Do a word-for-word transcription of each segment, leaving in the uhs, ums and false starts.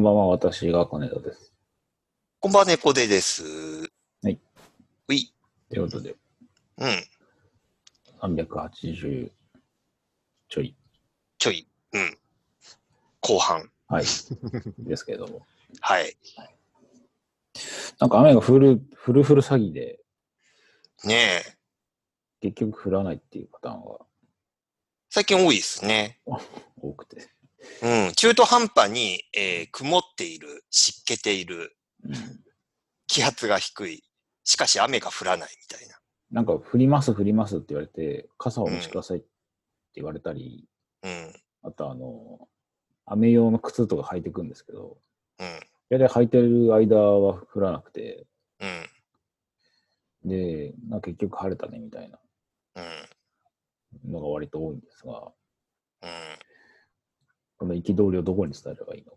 んばんは、私が金田です。 こんばんは、猫でです。 はい。 うい。 ということで、 うん。 さんびゃくはちじゅうちょい。 ちょい。うん。後半。 はい。ですけれども。 はい。 なんか雨が降る、降る降る詐欺で、 ねえ。 結局降らないっていうパターンが最近多いですね。 多くて。 うん。中途半端に、えー曇っている、湿気ている、 うん、 気圧が低い。しかし雨が降らないみたいなんか降ります降りますって言われて、傘をおな。 持ちくださいって言われたり、 うん。うん。 あとあの、雨用の靴とか履いていくんですけど、 うん。 大体履いてる間は降らなくて、 うん。 で、なんか結局晴れたねみたいなうん。 のが割と多いんですが、 うん。 この憤りをどこに伝えればいいのか。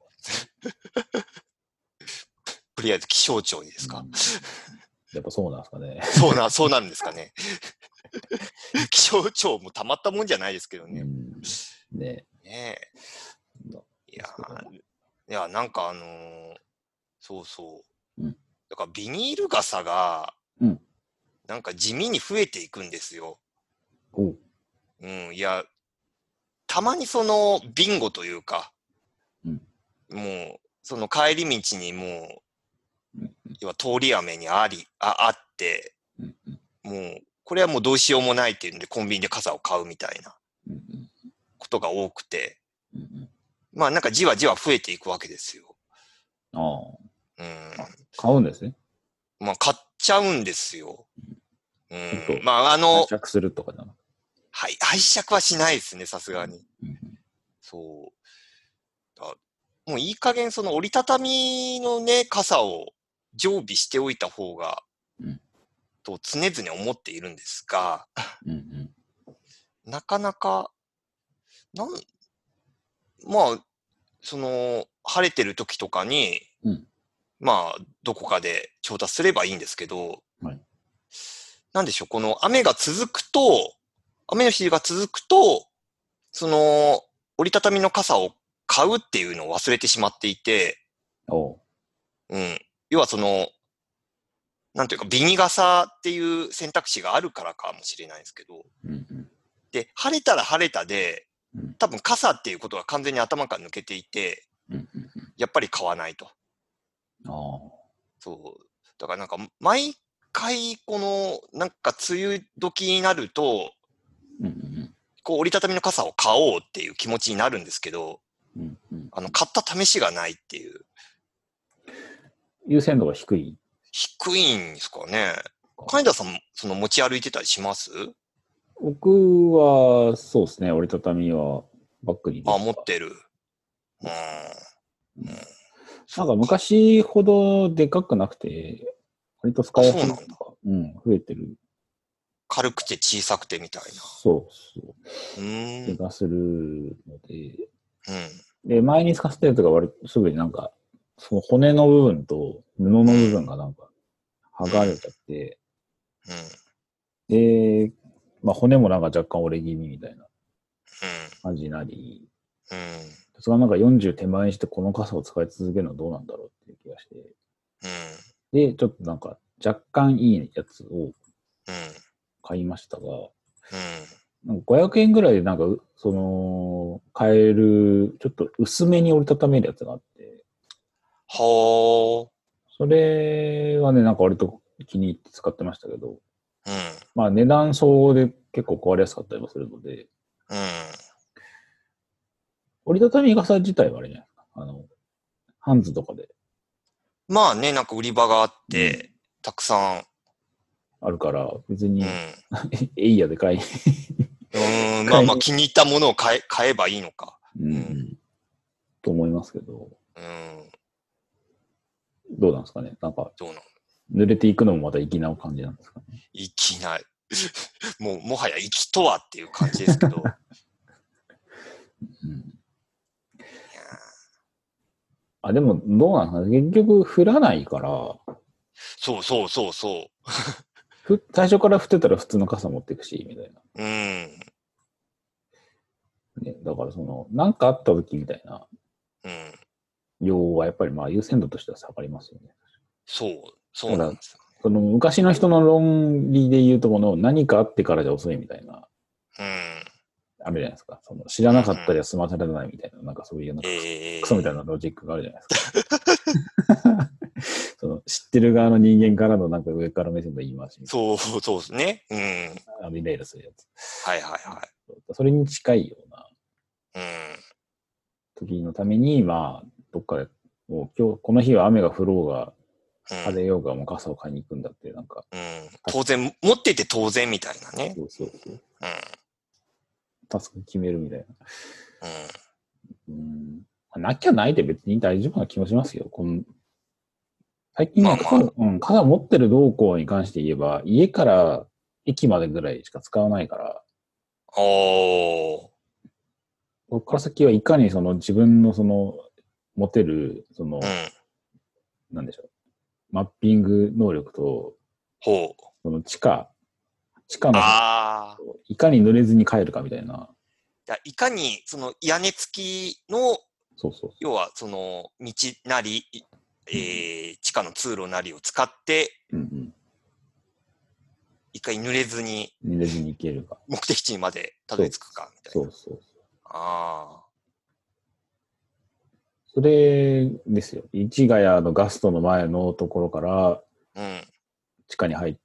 とりあえず気象庁にですか。 うん、やっぱそうなんですかね。 そうな、そうなるんですかね。気象庁もたまったもんじゃないですけどね。 うん、ねねえ。でえ。いやすけど。 ー、いや、なんかあのーそうそう。 うん。 だからビニール傘が、 うん。 なんか地味に増えていくんですよ。 おう。 うん、いや、たまにそのビンゴというか、 うん。 もう、その帰り道にもうん。 う、要は通り雨にあり、あ、あって、 うん。 もう、これはもうどうしようもないっていうんで、コンビニで傘を買うみたいなうん。 ことが多くて、 うん。 まあなんかじわじわ増えていくわけですよ。 あうん。 あ。あ、買うんですね。 まあ買っちゃうんですよ。うん。 ちょっと、 まああの、 拝借するとかじゃなくて。 はい、拝借はしないですね、さすがに。 うん。 そう。あもういい加減その折りたたみのね、傘を常備しておいた方が、 うん。 と常々思っているんですが、 うん。 なかなか、なん、まあ、その、晴れてる時とかに、 うん。 まあ、どこかで調達すればいいんですけど、 はい。 なんでしょう、この雨が続くと、雨の日が続くと、その、折りたたみの傘を買うっていうのを忘れてしまっていて、 おう。 うん。要はその、なんていうか、ビニ傘っていう選択肢があるからかもしれないですけど、 うん。 で、晴れたら晴れたで、 うん。 多分傘っていうことが完全に頭から抜けていて、 うん。 やっぱり買わないと。 ああ。 そう。だからなんか、毎回、この、なんか梅雨時になると、 うん。 こう折りたたみの傘を買おうっていう気持ちになるんですけど、 うん。うん。 あの、買った試しがないっていう。 優先度が低い低いんですかね。 か。 金田さん、その持ち歩いてたりします？ 僕は、そうですね。折りたたみはバッグに入れあ、 ては持ってる。うーん。 ます。ううん、 ん。なんかそうか。 昔ほどでかくなくて、割と使あ、 いやそうなんだ。 すいのが、うん、増えてる。 軽くて小さくてみたいな。 そうそう。 うーん。 気がするので、 うん。 で、前に使ってたやつが割とすぐになんか、その骨の部分と布のうん。 部分がなんか剥うん。 がれちゃって、 うん。 で、まあ骨もなんか若干折れ気味みたいなうん。 感じになり、 うん。 それがなんかよんじゅう手前にしてこの傘を使い続けるのはどうなんだろうっていう気がして、 うん。 で、ちょっとなんか若干いいやつをうん。 買いましたが、 うん。 なんかごひゃくえんぐらいでなんか、その、買える、ちょっと薄めに折りたためるやつがあって、 はそれはね、なんか割と気に入って使ってましたけど、 あ。うん。 まあ値段相応で結構壊れやすかったりもするので、 うん。 折りたたみ傘自体はあれじゃないですか。あの、ハンズとかで、 まあね、なんか売り場があっうん、 て、たくさん、 あるから、別うん。 に、エイヤで買い、 うーん、まあ買いに、 まあ気に入ったものを買え、買えばいいのか。 うんううん。 ん、と思いますけど、 うん。 どうなんですかね。なんか、 どうなの？ 濡れていくのもまた粋な感じなんですかね。 いきない。もう、もはや生きとはっていう感じですけど。 うん、 いやあ、でも、どうなんですかね。結局、降らないから、 そうそうそうそふ最初から降ってたら普通の傘持っていくし、みたいな。 う。うん。 ね、だからその、なんかあった時みたいなうん。 量はやっぱりまあ優先度としては下がりますよね。 そう、そうなんですよ。 その昔の人の論理で言うとこの何かあってからじゃ遅いみたいな、 うん。 あるじゃないですか。その知らなかったりは済まされないみたいな、なんかそういうなんかクソ、 えクソみたいなロジックがあるじゃないですか。その知ってる側の人間からのなんか上から目線の言い回しみたいそう、そうですね。うん。 な。あのイライラするやつ。 はいはいはそれに近いようない。うん。 時のために、まあ、どっかで、もう今日、この日は雨が降ろうが、晴れようがもう傘を買いに行くんだって、なんか。 うん。当然、持ってて当然みたいなね。 そうそうそう。 うん。 タスク決めるみたいな。 うん。 うん。なきゃないで別に大丈夫な気もしますよ。この最近ね、 まあまあ傘、うん、傘持ってる動向に関して言えば、家から駅までぐらいしか使わないから、 おー。 ここから先はいかにその自分のその持てる、その、 うん。 なんでしょう、マッピング能力と、 ほう。 その地下、地下の、 ああ。 いかに濡れずに帰るかみたいな。 いかに、その屋根付きの、 そうそう要はその道なり、えー、地下の通路なりを使って、 うんうん、 一回濡れずに、 濡れずに行けるか。 目的地にまでたどり着くか、みたいな。 そうそうそう。 ああ。 それですよ。市ヶ谷のガストの前のところからうん。 地下に入って、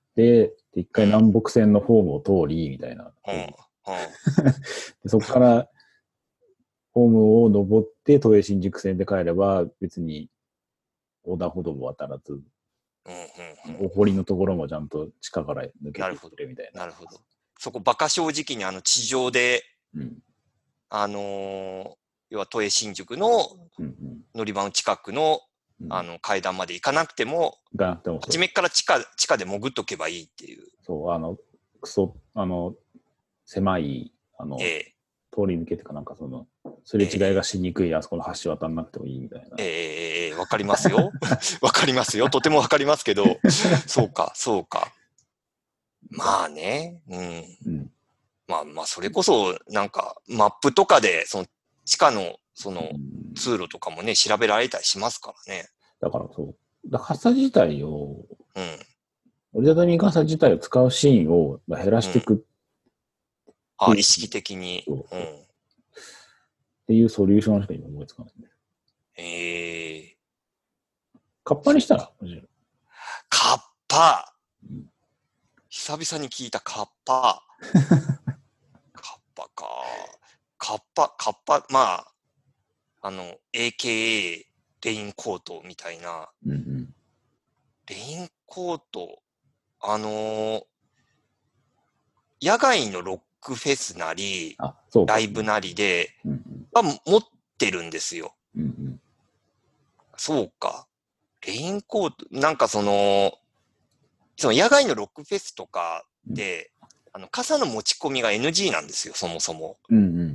で一回南北線のホームを通り、みたいな。 うん。うん。 でそこからホームを登って都営新宿線で帰れば別に横断歩道も渡らず、 うんうんうん、 お堀のところもちゃんと地下から抜けてくれみたいな。 なるほど。そこ、馬鹿正直にあの地上で、 うん、 あのー、要は都営新宿の乗り場の近くの、うん、あの階段まで行かなくても、 行かなくても初めから地下、地下で潜っとけばいいっていう。 そう、あの、クソ、あの、狭い、あの、ええ、通り抜けてかなんかその、すれ違いがしにくい、ええ、あそこの橋渡んなくてもいいみたいな。 ええええ、わかりますよ。わかりますよ。とてもわかりますけど、そうか、そうか。まあね、うん。うん、まあまあ、それこそ、なんか、マップとかで、その、地下の、その、通路とかもね、調べられたりしますからね。 だからそう。だ傘自体を、 うん。 折りたたみ傘自体を使うシーンを減らしていく、うん。 あ、意識的に。 そうそう、うん。っていうソリューションしか今思いつかないね。 へえ。 カッパにしたらカッパ、うん、久々に聞いたカッパ。カッパか。カッパ、カッパ、まあ、あの、エーケーエー レインコートみたいな。 うんうん、 レインコート、あのー、野外のロックフェスなり、ライブなりで、うんうん、は持ってるんですよ、うんうん。そうか。レインコート、なんかその、その野外のロックフェスとかで、うん、あの傘の持ち込みが エヌジー なんですよ、そもそも。うんうんうん、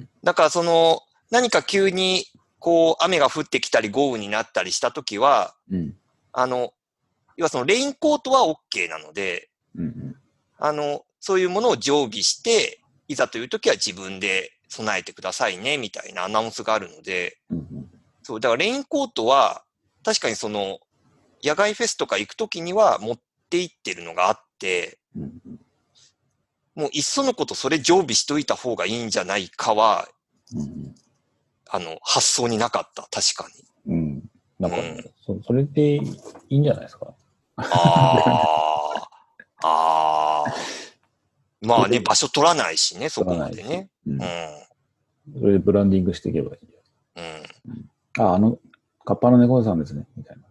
だからその、何か急にこう雨が降ってきたり豪雨になったりしたときは、うん、あの、要はそのレインコートは OK なので、うんうん、あの、そういうものを常備して、いざというときは自分で備えてくださいね、みたいなアナウンスがあるので、うんうん、そう、だからレインコートは、確かにその、野外フェスとか行くときには持って行ってるのがあって、うんうん、もういっそのことそれ常備しといた方がいいんじゃないかは、うんうん、あの、発想になかった、確かに。うん。 なんかね、うん、そ, それでいいんじゃないですか。 ああ、ああ。まあね、場所取らないしね、そこまでね。うん。うん、 それでブランディングしていけばいい。うん。うん、あ、あの、カッパの猫さんですね、みたいな。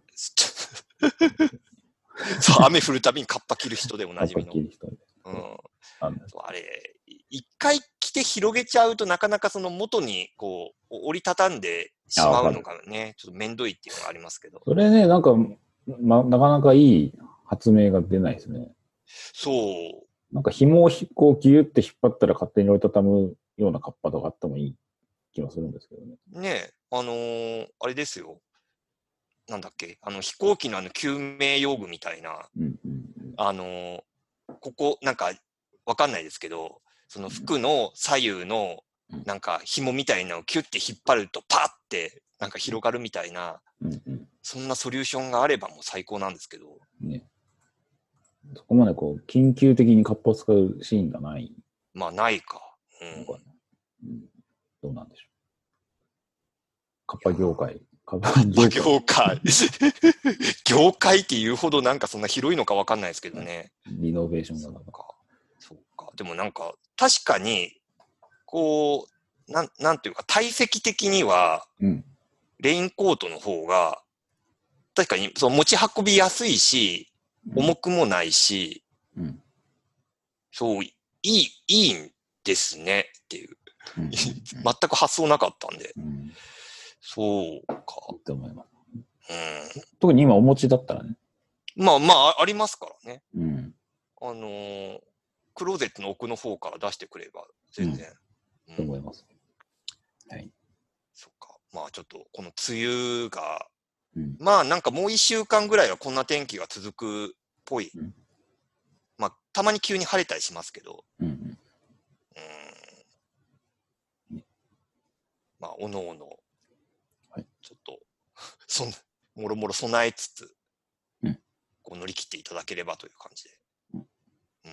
そう、雨降るたびにカッパ着る人でおなじみの。カッパ着る人で。うん。あ, そうあれ、一回着て広げちゃうとなかなかその元にこう、折りたたんでしまうのがね、ちょっとめんどいっていうのがありますけど。 それね、なんか、ま、なかなかいい発明が出ないですね。 そう。 なんか紐をこうギューって引っ張ったら勝手に折りたたむようなカッパとかあってもいい気がするんですけどね。 ねえ、あのー、あれですよ。なんだっけ、あの飛行機のあの救命用具みたいな、うんうんうん、あのー、ここなんかわかんないですけど、その服の左右のなんか紐みたいなのをキュッて引っ張るとパッて、なんか広がるみたいな、 うんうん、 そんなソリューションがあればもう最高なんですけど。 ね。そこまでこう、緊急的に活発使うシーンがない。 まあ、ないか。うん。 うん、どうなんでしょう。カッパ業界。 カッパ業界。業界って言うほどなんかそんな広いのかわかんないですけどね。 リノベーションが。 そうか。そうか。でもなんか、確かに、こう、なん、なんていうか、体積的には、 うん、 レインコートの方が、確かにその持ち運びやすいし、重くもないし、 うん、 そう、いい、いいんですねっていう。 うんうんうん、 全く発想なかったんで。 うん、 そうか。 いいと思います。 うん、 特に今お持ちだったらね。 まあまあ、ありますからね。 うん、 あのー、クローゼットの奥の方から出してくれば全然。 うん、と思います。はい。 そっか。まあちょっと、この梅雨が、 うん、 まあなんかもう一週間ぐらいはこんな天気が続くっぽい。うん、まあたまに急に晴れたりしますけど。うんうん、うん。まあ、おのおの、はい、ちょっと、そんな、もろもろ備えつつ、うん、こう乗り切っていただければという感じで。うん。うん、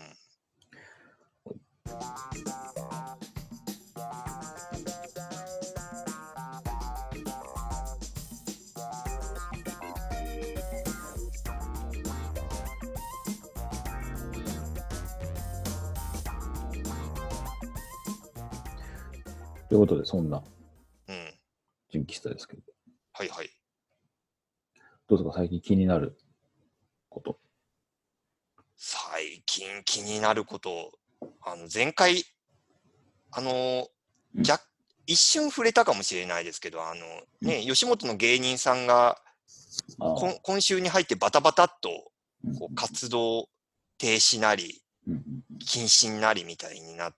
ということで、そんな、 うん。 純喫茶ですけど。 はいはい。 どうですか、最近気になること。 最近気になること、あの、前回、あの、うん、逆、一瞬触れたかもしれないですけど、あの、ね、うん、吉本の芸人さんが、今週に入ってバタバタっと、こう活動停止なり、謹慎なりみたいになって、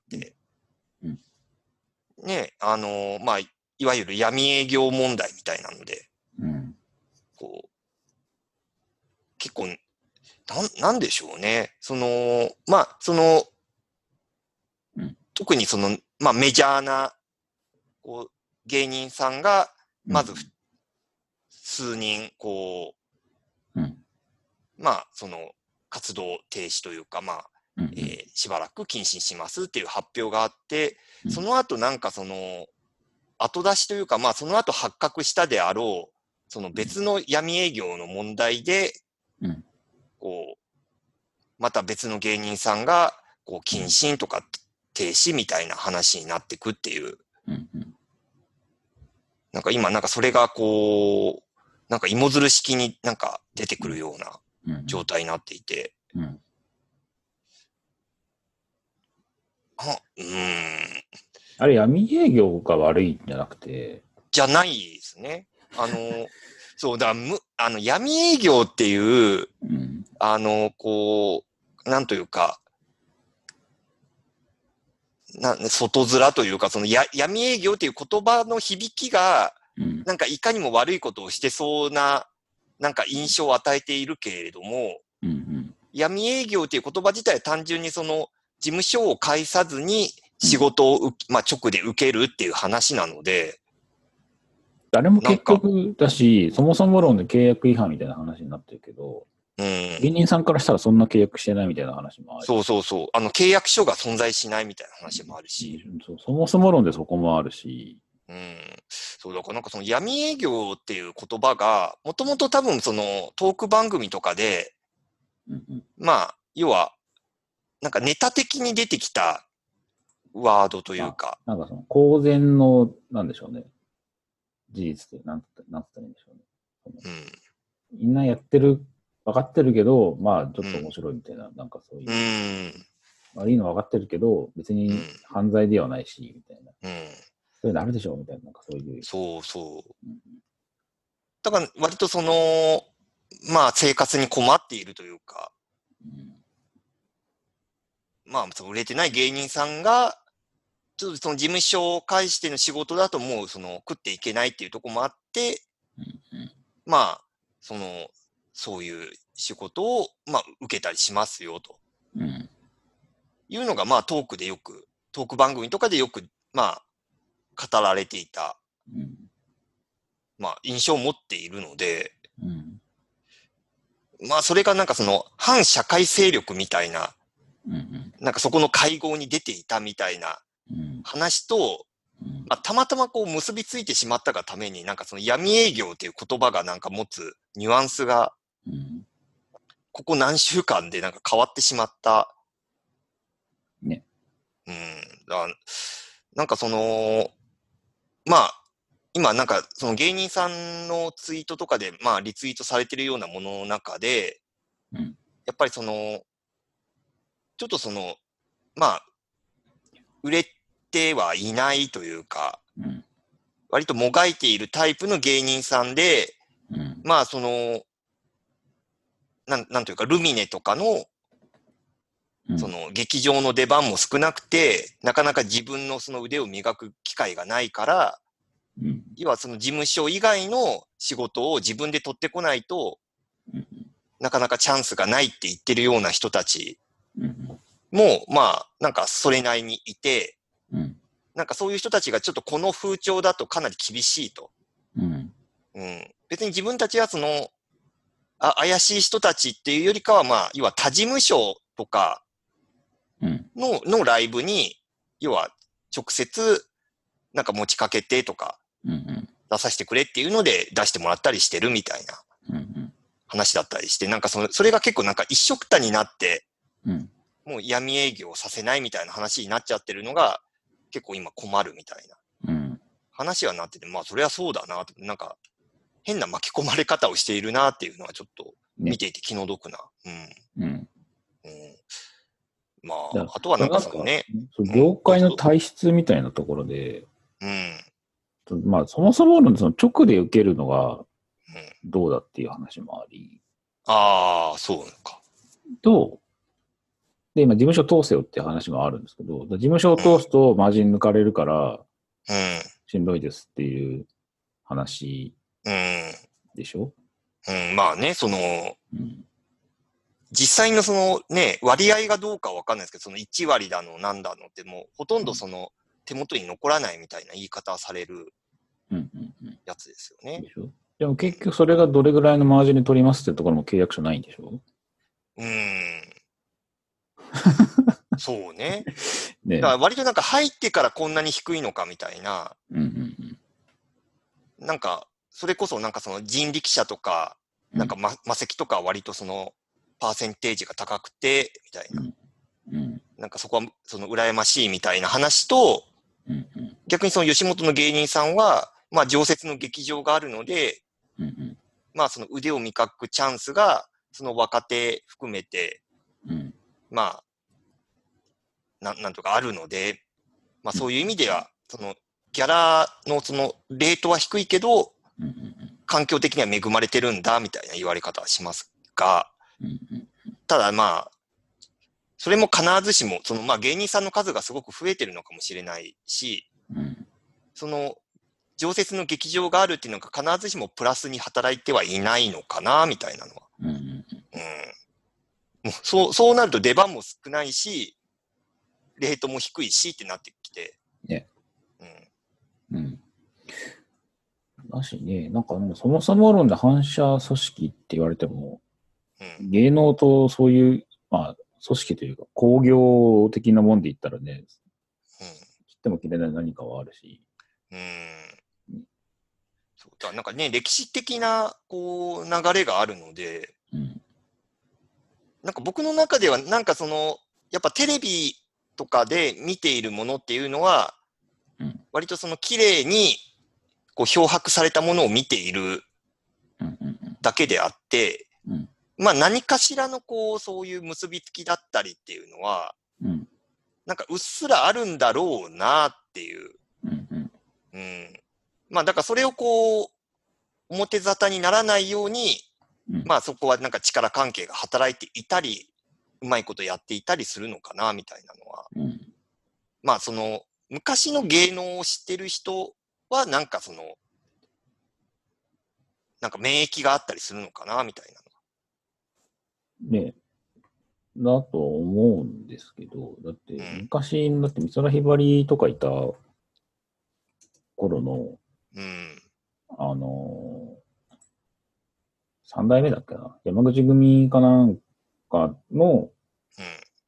ね、あの、まあ、いわゆる闇営業問題みたいなので、うん、こう、結構、なん、なんでしょうね。その、まあ、その、うん、特にその、まあ、メジャーな、こう、芸人さんが、まず、数人、こう、うん、まあ、その、活動停止というか、まあ、うんうん、えー、しばらく謹慎しますっていう発表があって、その後なんかその、後出しというか、まあその後発覚したであろう、その別の闇営業の問題で、うん、こう、また別の芸人さんが、こう、謹慎とか停止みたいな話になってくっていう。うんうん、なんか今なんかそれがこう、なんか芋づる式になんか出てくるような状態になっていて。うんうん、あ、うーん。 あれ闇営業が悪いんじゃなくて。 じゃないですね。あの、そうだ、む、あの、闇営業っていう、うん、あの、こう、なんというか、な、外面というか、そのや闇営業っていう言葉の響きが、うん、なんかいかにも悪いことをしてそうな、なんか印象を与えているけれども、うんうん、闇営業っていう言葉自体は単純にその、事務所を介さずに仕事を、うん、まあ、直で受けるっていう話なので、 誰も結局だし、そもそも論で契約違反みたいな話になってるけど、うん、芸人さんからしたらそんな契約してないみたいな話もある。 そうそうそう。あの、契約書が存在しないみたいな話もあるし。 うん、そうそもそも論でそこもあるし。 うん。そう、だからなんかその闇営業っていう言葉が、もともと多分そのトーク番組とかで、うんうん、まあ、要は、なんかネタ的に出てきたワードというか。 なんかその公然の、なんでしょうね。事実って、なんて言ったらいいんでしょうね。うん、みんなやってる、分かってるけど、まあちょっと面白いみたいな、うん、なんかそういう。うん、悪いの分かってるけど、別に犯罪ではないし、みたいな。うん、そういうのあるでしょみたいな、なんかそういう。 そうそう。うん、だから割とその、まあ生活に困っているというか、うん、まあ売れてない芸人さんが、ちょっとその事務所を介しての仕事だともうその食っていけないっていうところもあって、うんうん、まあ、その、そういう仕事を、まあ、受けたりしますよと。うん、いうのが、まあ、トークでよく、トーク番組とかでよく、まあ、語られていたまあ、印象を持っているので、 うん、 まあ、それがなんかその、反社会勢力みたいな、 うんうん、 なんかそこの会合に出ていたみたいな話と、うん、まあ、たまたまこう結びついてしまったがために、なんかその闇営業っていう言葉がなんか持つニュアンスが、ここ何週間でなんか変わってしまった。 ね。 うん。だなんかその、まあ、今なんかその芸人さんのツイートとかでまあリツイートされてるようなものの中で、 うん、 やっぱりその、ちょっとその、まあ、売れてはいないというか、 うん、 割ともがいているタイプの芸人さんで、 うん、 まあその、なん、なんというか、ルミネとかの、その劇場の出番も少なくて、なかなか自分のその腕を磨く機会がないから、 うん、 要はその事務所以外の仕事を自分で取ってこないと、 うん、 なかなかチャンスがないって言ってるような人たちうん、 も、まあ、なんかそれなりにいて、 うん、 なんかそういう人たちがちょっとこの風潮だとかなり厳しいと。 うん、 うん、別に自分たちはその、あ、怪しい人たちっていうよりかは、まあ、要は他事務所とかの、のライブに、要は直接、なんか持ちかけてとか、出させてくれっていうので出してもらったりしてるみたいな話だったりして、なんかその、それが結構なんか一緒くたになって、もう闇営業させないみたいな話になっちゃってるのが、結構今困るみたいな話はなってて、まあそれはそうだなと、なんか変な巻き込まれ方をしているなっていうのはちょっと見ていて気の毒な。うん。うん。うん、まあ、あとはなんかそのね。 業界の体質みたいなところで、うん、まあそもそものその直で受けるのがどうだっていう話もあり。 うん、ああ、そうか。 と、で、今事務所通せよっていう話もあるんですけど、事務所を通すとマージン抜かれるから、うん、しんどいですっていう話でしょ、 うん、うん、まあね、その、うん、実際のそのね、割合がどうかわかんないですけど、そのいち割だの、なんだのってもうほとんどその手元に残らないみたいな言い方されるやつですよね。 でしょ、でも結局それがどれぐらいのマージンに取りますってところも契約書ないんでしょ、 うーん。そうね。ね、だから割となんか入ってからこんなに低いのかみたいな。うんうんうん、なんか、それこそなんかその人力車とか、なんか魔石とか割とそのパーセンテージが高くて、みたいな。うんうん、なんかそこはその羨ましいみたいな話と、うんうん、逆にその吉本の芸人さんは、まあ常設の劇場があるので、うんうん、まあその腕を磨くチャンスが、その若手含めて、うん、まあ、ななんとかあるので、まあそういう意味では、そのギャラのそのレートは低いけど、うんうんうん、環境的には恵まれてるんだみたいな言われ方はしますが、うんうん、ただまあ、それも必ずしも、そのまあ芸人さんの数がすごく増えてるのかもしれないし、うん、その常設の劇場があるっていうのが必ずしもプラスに働いてはいないのかな、みたいなのは。うんうんうん、もうそう、そうなると出番も少ないし、レートも低いしってなってきて。ね。 うん。うん。だしね、なんかもうそもそも論で反社組織って言われても、うん、芸能とそういう、まあ、組織というか工業的なもんで言ったらね、うん、切っても切れない何かはあるし。うん。 そうだ、なんかね、歴史的な、こう、流れがあるので、うん、なんか僕の中では、なんかその、やっぱテレビとかで見ているものっていうのは、うん、割とその綺麗に、こう、漂白されたものを見ているだけであって、うんうんうん、まあ何かしらのこう、そういう結びつきだったりっていうのは、うん、なんかうっすらあるんだろうなっていう。うんうんうん、まあだからそれをこう、表沙汰にならないように、うん、まあそこはなんか力関係が働いていたり、うまいことやっていたりするのかな、みたいなのは。うん、まあその、昔の芸能を知ってる人はなんかその、なんか免疫があったりするのかな、みたいなの。ねえ。だと思うんですけど、だって昔、うん、だって美空ひばりとかいた頃の、うん、ああのー、三代目だっけな、山口組かなんかの、うん、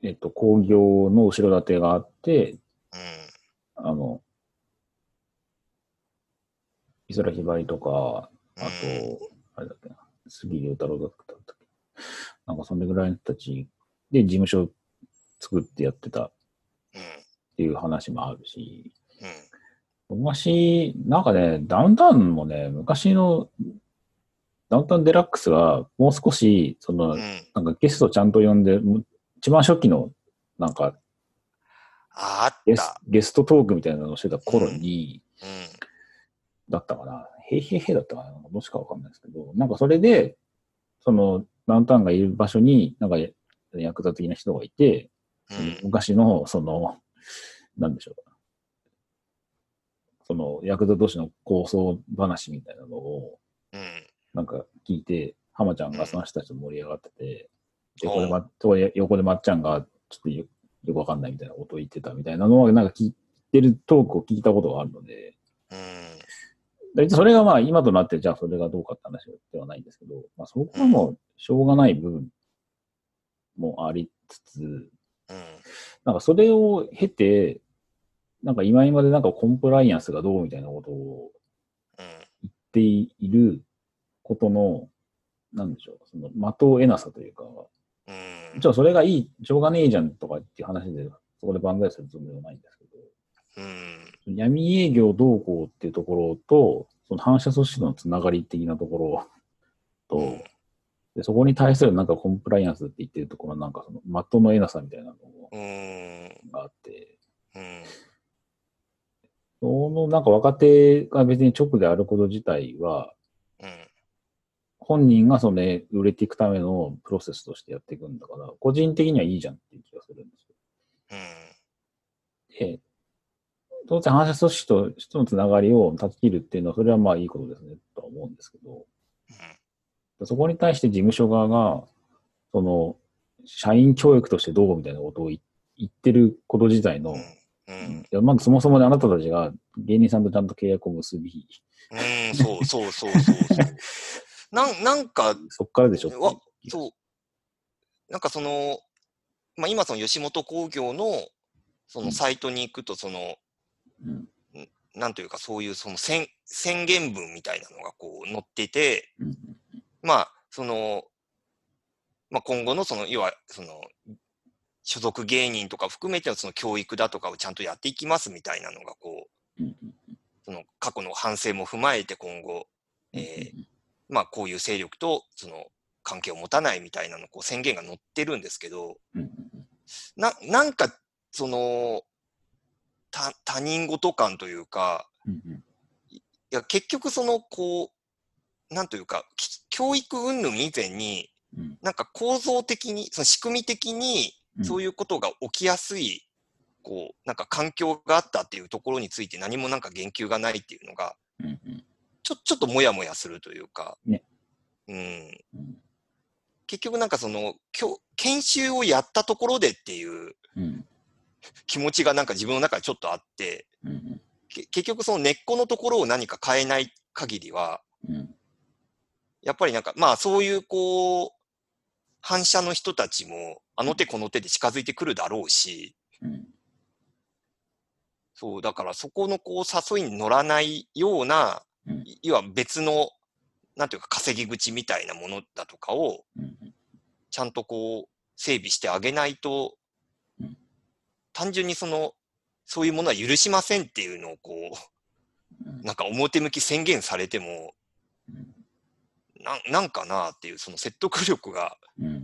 えっと、工業の後ろ盾があって、うん、あの、美空ひばりとか、あと、あれだっけな、杉良太郎だったっけ、なんかそれぐらいの人たちで事務所作ってやってたっていう話もあるし、うん、昔、なんかね、ダウンタウンもね、昔のダウンタウンデラックスがもう少し、その、うん、なんかゲストちゃんと呼んで、一番初期の、なんか、 あったゲス、ゲストトークみたいなのをしてた頃に、うんうん、だったかな。へいへいへいだったかな。どっちかわかんないですけど、なんかそれで、その、ダウンタウンがいる場所に、なんか、ヤクザ的な人がいて、うん、昔の、その、なんでしょう。その、ヤクザ同士の構想話みたいなのを、うん、なんか聞いて、浜ちゃんがその人たちと盛り上がってて、うん、横でま、横でまっちゃんが、ちょっと よ, よくわかんないみたいなことを言ってたみたいなのは、なんか聞いてるトークを聞いたことがあるので、うん、それがまあ今となってじゃあそれがどうかって話ではないんですけど、まあそこはもうしょうがない部分もありつつ、うん、なんかそれを経て、なんか今今でなんかコンプライアンスがどうみたいなことを言っていることの、なんでしょう、その的を得なさというか、うん、ちょっとそれがいい、しょうがねえじゃんとかっていう話で、そこで万歳するつもりはないんですけど、うん、闇営業どうこうっていうところと、その反社組織のつながり的なところと、うん、でそこに対するなんかコンプライアンスって言ってるところなんかその的の得なさみたいなのがあって、うん、そのなんか若手が別に直であること自体は、うん、本人がその売れていくためのプロセスとしてやっていくんだから、個人的にはいいじゃんっていう気がするんですよ。うん、で、当然反社組織と人のつながりを断ち切るっていうのは、それはまあいいことですね、とは思うんですけど、うん、そこに対して事務所側が、その、社員教育としてどうみたいなことを言ってること自体の、うんうん、いやまずそもそもであなたたちが芸人さんとちゃんと契約を結び、 うん、そうそうそうそうそう。なん、なんか、 そっからでしょわそう。なんかその、まあ今その吉本興業の、そのサイトに行くと、その、うん、なんというかそういうその宣宣言文みたいなのがこう載っていて、うん、まあ、その、まあ今後のその、要は、その、所属芸人とか含めてのその教育だとかをちゃんとやっていきますみたいなのがこう、うん、その過去の反省も踏まえて今後、えー、まあこういう勢力とその関係を持たないみたいなのこう宣言が載ってるんですけど、な、なんかその他、他人事感というか、いや結局そのこう、なんというか、教育云々以前に、なんか構造的に、その仕組み的にそういうことが起きやすい、こう、なんか環境があったっていうところについて何もなんか言及がないっていうのが、ちょ、ちょっともやもやするというか、ね、うん、うん、結局なんかその、研修をやったところでっていう気持ちがなんか自分の中でちょっとあって、うん、結局その根っこのところを何か変えない限りは、うん、やっぱりなんかまあそういうこう、反射の人たちもあの手この手で近づいてくるだろうし、うん、そう、だからそこのこう誘いに乗らないような、うん、いわ別の、なんていうか稼ぎ口みたいなものだとかを、ちゃんとこう整備してあげないと、うん、単純にその、そういうものは許しませんっていうのをこう、うん、なんか表向き宣言されても、うん、な, なんかなっていう、その説得力が、うん。うん、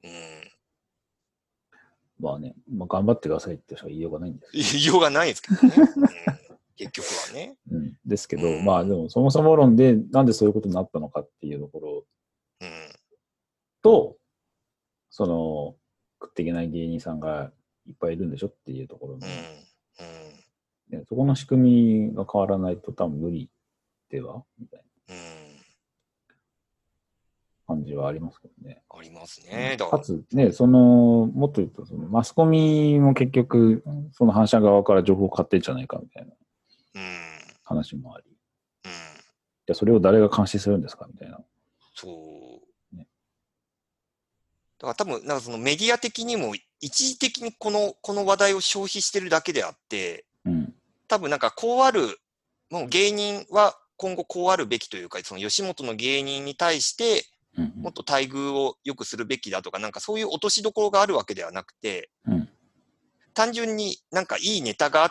まあね、まあ、頑張ってくださいってしか言いようがないんですけど。言いようがないですけどね。うん、結局はね。 うん、ですけど、うん、まあでもそもそも論でなんでそういうことになったのかっていうところと、うん、その、食っていけない芸人さんがいっぱいいるんでしょっていうところの、うんうん、そこの仕組みが変わらないと多分無理ではみたいな。うん感じはありますけどね。 ありますね。 だからかつね、その、もっと言うと、そのマスコミも結局、その反社側から情報を買ってんじゃないかみたいな話もあり。うん。 じゃあそれを誰が監視するんですかみたいな。 そう。ね、だから多分、なんかそのメディア的にも一時的にこの、この話題を消費してるだけであって、 うん、 多分なんかこうある、もう芸人は今後こうあるべきというか、その吉本の芸人に対して、もっと待遇を良くするべきだとか、なんかそういう落としどころがあるわけではなくて、 うん、 単純になんかいいネタがあって、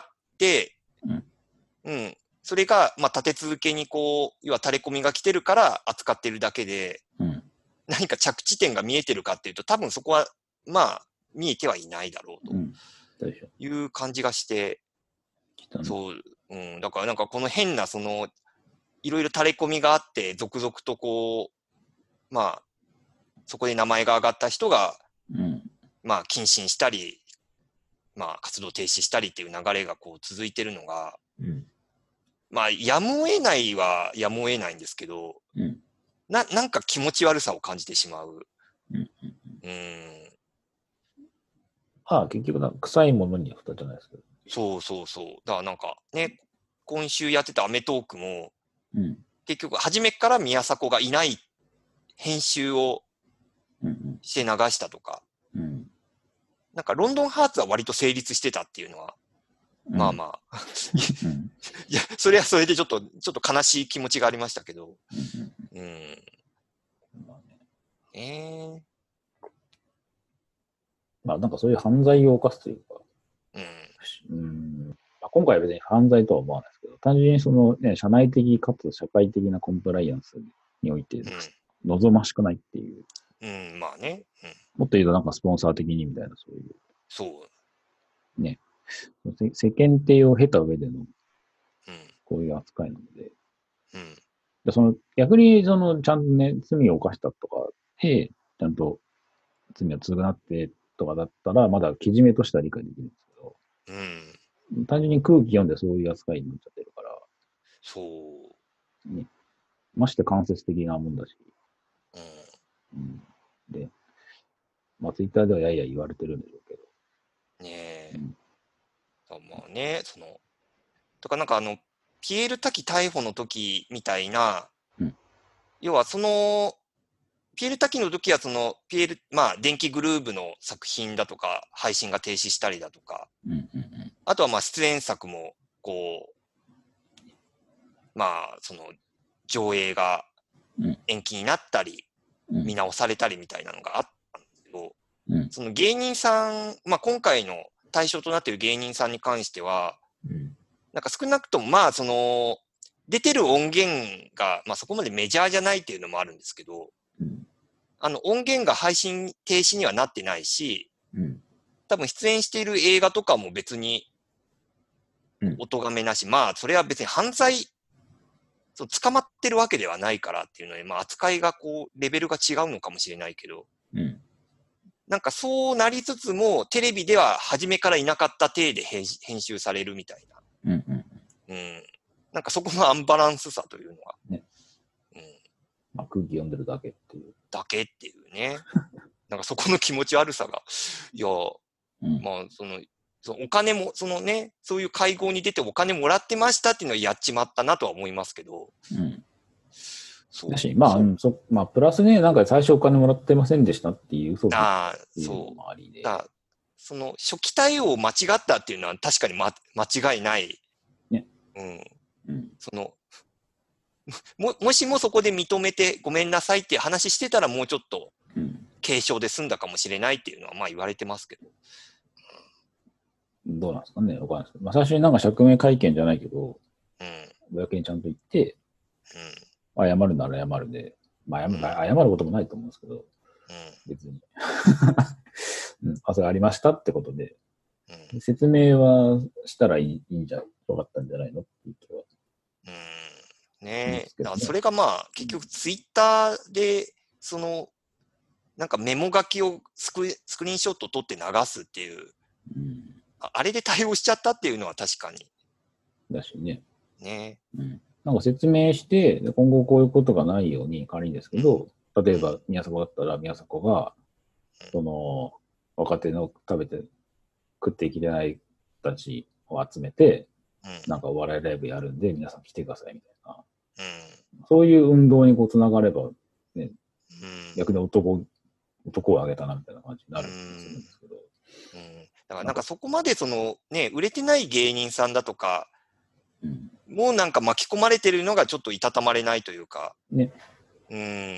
うん、 うん、それが、まあ、立て続けにこう、要は垂れ込みが来てるから扱ってるだけで、 うん、 何か着地点が見えてるかっていうと、多分そこは、まあ、見えてはいないだろうという感じがして、うん、そう、うん、だからなんかこの変な、その、いろいろ垂れ込みがあって、続々とこう、まあ、そこで名前が上がった人が、 うん、 まあ、謹慎したり、まあ、活動停止したりっていう流れがこう続いてるのが、 うん、 まあ、やむを得ないはやむを得ないんですけど、 うん、 な、なんか気持ち悪さを感じてしまう。 うん、 うん。 ああ、結局な、臭いものには蓋じゃないですか。 そうそうそう。だからなんかね、今週やってたアメトークも、 うん、 結局、初めから宮迫がいない編集をして流したとか、 うんうん、 なんかロンドンハーツは割と成立してたっていうのは、 うん、 まあまあ、 うん、 いや、それはそれでちょっと、ちょっと悲しい気持ちがありましたけど、 うん、 うん。 まあね、 えー、 まあなんかそういう犯罪を犯すというか、 うん。 うんまあ、今回は別に犯罪とは思わないですけど、単純にそのね、社内的かつ社会的なコンプライアンスにおいて、望ましくないっていう。 うん、うん、まあね、うん。 もっと言うとなんかスポンサー的にみたいな、そういう。 そう。 ね。世間体を経た上での、 うん。 こういう扱いなので。 うん。 でその逆に、その、ちゃんとね、罪を犯したとかで、ちゃんと罪を償ってとかだったら、まだけじめとしては理解できるんですけど、 うん。 単純に空気読んでそういう扱いになっちゃってるから、 そう。 ね、まして間接的なもんだし、 うん。 うん、で、まあ、ツイッターではやいや言われてるんでしょうけど。 ねえ。 うん、 まあね、その、とかなんかあの、ピエール滝逮捕の時みたいな、 うん、 要はその、ピエール滝の時はその、ピエール、まあ、電気グルーヴの作品だとか、配信が停止したりだとか、 うんうんうん、 あとはまあ、出演作も、こう、まあ、その、上映が延期になったり、 うん、 見直されたりみたいなのがあったんですけど、 うん、 その芸人さん、まあ今回の対象となっている芸人さんに関しては、 うん、 なんか少なくともまあその、出てる音源が、まあそこまでメジャーじゃないっていうのもあるんですけど、 うん、 あの音源が配信停止にはなってないし、 うん、 多分出演している映画とかも別にお咎めなし、まあそれは別に犯罪、そう捕まってるわけではないからっていうので、まあ扱いがこう、レベルが違うのかもしれないけど、 うん、 なんかそうなりつつも、テレビでは初めからいなかった体で編集されるみたいな。うん、うん。 うん。なんかそこのアンバランスさというのが。 ね。 うん。 まあ、空気読んでるだけっていう。 だけっていうね。なんかそこの気持ち悪さが、いや、うん、まあ、その、そのお金も、そのね、そういう会合に出てお金もらってましたっていうのはやっちまったなとは思いますけど。 うん。 そう。 だし、まあ、そまあ、プラスね、なんか最初お金もらってませんでしたっていう嘘ああ、そう。 もありで。 だその初期対応を間違ったっていうのは確かに、ま、間違いない。 ね。 うん。 うん、 その、も、もしもそこで認めてごめんなさいって話してたらもうちょっと軽症で済んだかもしれないっていうのはまあ言われてますけど。 うん、どうなんですかね、わかんないですけど。まあ、最初になんか釈明会見じゃないけど、 うん。 公にちゃんと言って、うん、謝るなら謝るで、まあ謝る、うん、謝ることもないと思うんですけど、うん、別に。うん、あ、それありましたってことで、うん、説明はしたらいい、いいんじゃ、よかったんじゃないのっていう気は。 うん。ねえ。だからそれがまあ、結局ツイッターで、その、なんかメモ書きをスクスクリーンショット撮って流すっていう、うん、あれで対応しちゃったっていうのは確かに。 だしね。 ね。 うん。なんか説明して、今後こういうことがないように仮にですけど、うん、例えば宮迫だったら宮迫が、うん、その、若手の食べて食っていきれない人たちを集めて、うん、なんかお笑いライブやるんで皆さん来てくださいみたいな。 そういう運動にこうつながれば、ね、うん、逆に男、男をあげたなみたいな感じになるんですけど。 うんうん、だからなんかそこまでそのね、売れてない芸人さんだとか、うん、もうなんか巻き込まれてるのがちょっといたたまれないというか、ね。うん。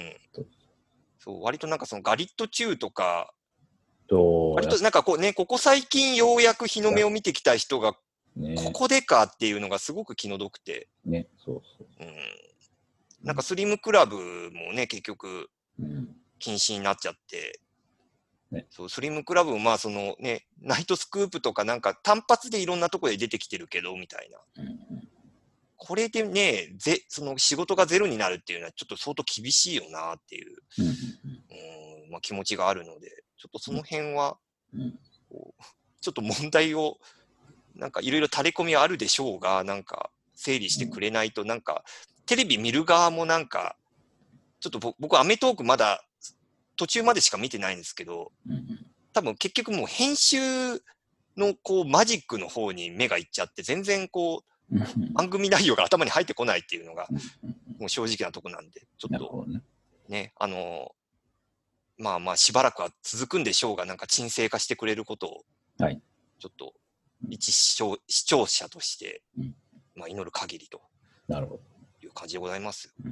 そう、割となんかそのガリットチューとか、割となんかこうね、ここ最近ようやく日の目を見てきた人が、ここでかっていうのがすごく気の毒で。 ね、そうそう。 うん。なんかスリムクラブもね、結局、禁止になっちゃって、ね、そうスリムクラブもまあそのね、ナイトスクープとかなんか単発でいろんなところで出てきてるけど、みたいな。うん、これでね、ぜ、その仕事がゼロになるっていうのはちょっと相当厳しいよなっていう、うんうんうん、まあ、気持ちがあるので、ちょっとその辺は、うん、こうちょっと問題を、なんかいろいろ垂れ込みはあるでしょうが、なんか整理してくれないと、なんかテレビ見る側もなんか、ちょっと僕アメトーークまだ途中までしか見てないんですけど、多分結局もう編集のこうマジックの方に目がいっちゃって、全然こう、番組内容が頭に入ってこないっていうのが、もう正直なとこなんで、ちょっとね、あの、まあまあしばらくは続くんでしょうが、なんか沈静化してくれることを、ちょっと一視聴、視聴者として、まあ祈る限りという感じでございます。うん。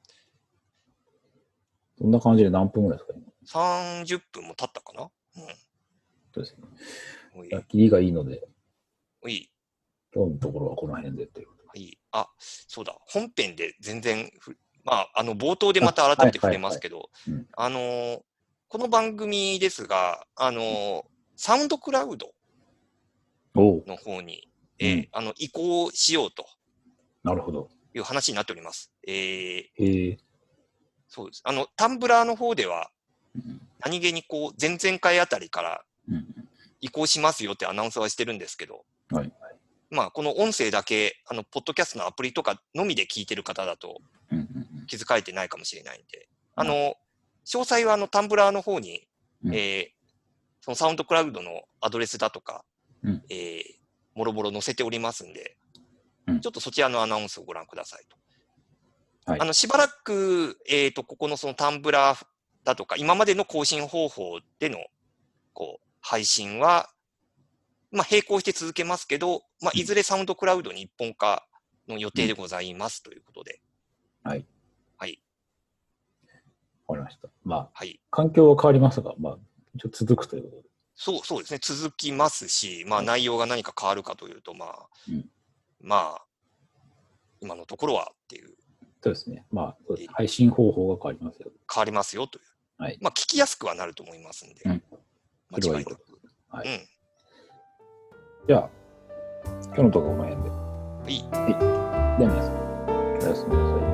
そんな感じで何分ぐらいですか、今。 さんじゅっぷんも経ったかな。うん。 そうですね。切りがいいので。 いい。 今日のところはこの辺でということで。いい。あ、そうだ。本編で全然、まあ、あの、冒頭でまた改めて触れますけど、あの、この番組ですが、あの、サウンドクラウドの方に、えーうん、あの移行しようと。 なるほど。 いう話になっております。えー、 えー、 そうです。あの、タンブラーの方では、何気にこう、前々回あたりから移行しますよってアナウンスはしてるんですけど、 はい、 まあ、この音声だけ、あの、ポッドキャストのアプリとかのみで聞いてる方だと、気づかれてないかもしれないんで、あの、詳細はあの、タンブラーの方に、うん、えー、そのサウンドクラウドのアドレスだとか、うん、えー、もろもろ載せておりますんで、うん、ちょっとそちらのアナウンスをご覧くださいと。はい、あの、しばらく、えっと、ここのそのタンブラーだとか、今までの更新方法での、こう、配信は、まあ、並行して続けますけど、まあ、いずれサウンドクラウドに一本化の予定でございますということで。 うん、はい。 はい。 わかりました。まあ、 はい。 環境は変わりますが、まあ、一応続くということで。 そう、そうですね。続きますし、まあ、内容が何か変わるかというと、まあ、うん、まあ、今のところはっていう。 そうですね。まあ、そうです。配信方法が変わりますよ。 変わりますよという。はい。まあ、聞きやすくはなると思いますんで。うん、間違いなく。 はい。うん。じゃあ、今日のところこの辺で。 いい。 はい。では皆さん、おやすみなさい。